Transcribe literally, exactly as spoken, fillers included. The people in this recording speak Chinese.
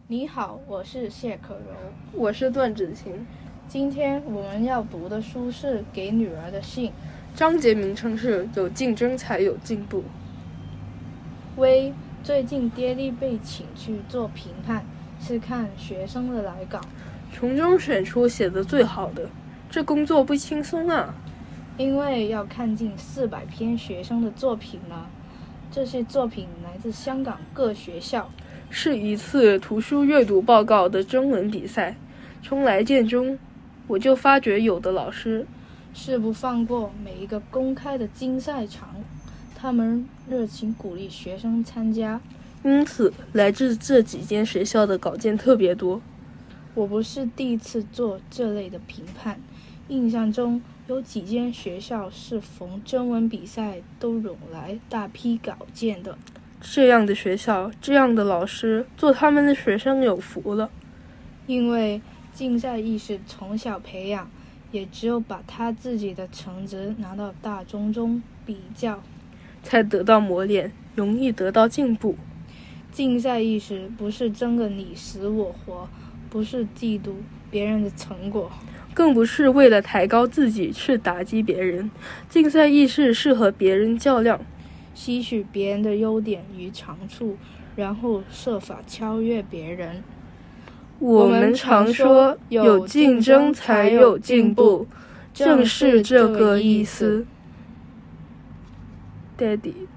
你好，我是谢可柔。 我是段芷晴。 今天我们要读的书是《给女儿的信》， 章节名称是有竞争才有进步。 微最近爹地被请去做评判，是看学生的来稿， 从中选出写得最好的。这工作不轻松啊， 因为要看近四百篇学生的作品呢。这些作品来自香港各学校， 是一次图书阅读报告的征文比赛。从来见中，我就发觉有的老师是不放过每一个公开的竞赛场，他们热情鼓励学生参加， 因此来自这几间学校的稿件特别多。 我不是第一次做这类的评判，印象中有几间学校是逢征文比赛都涌来大批稿件的。 这样的学校，这样的老师，做他们的学生有福了。 因为竞赛意识从小培养，也只有把他自己的成绩拿到大中中比较， 才得到磨练，容易得到进步。 竞赛意识不是争个你死我活，不是嫉妒别人的成果， 更不是为了抬高自己去打击别人。竞赛意识是和别人较量， 吸取别人的优点与长处，然后设法超越别人。 我们常说有竞争才有进步，正是这个意思。爹地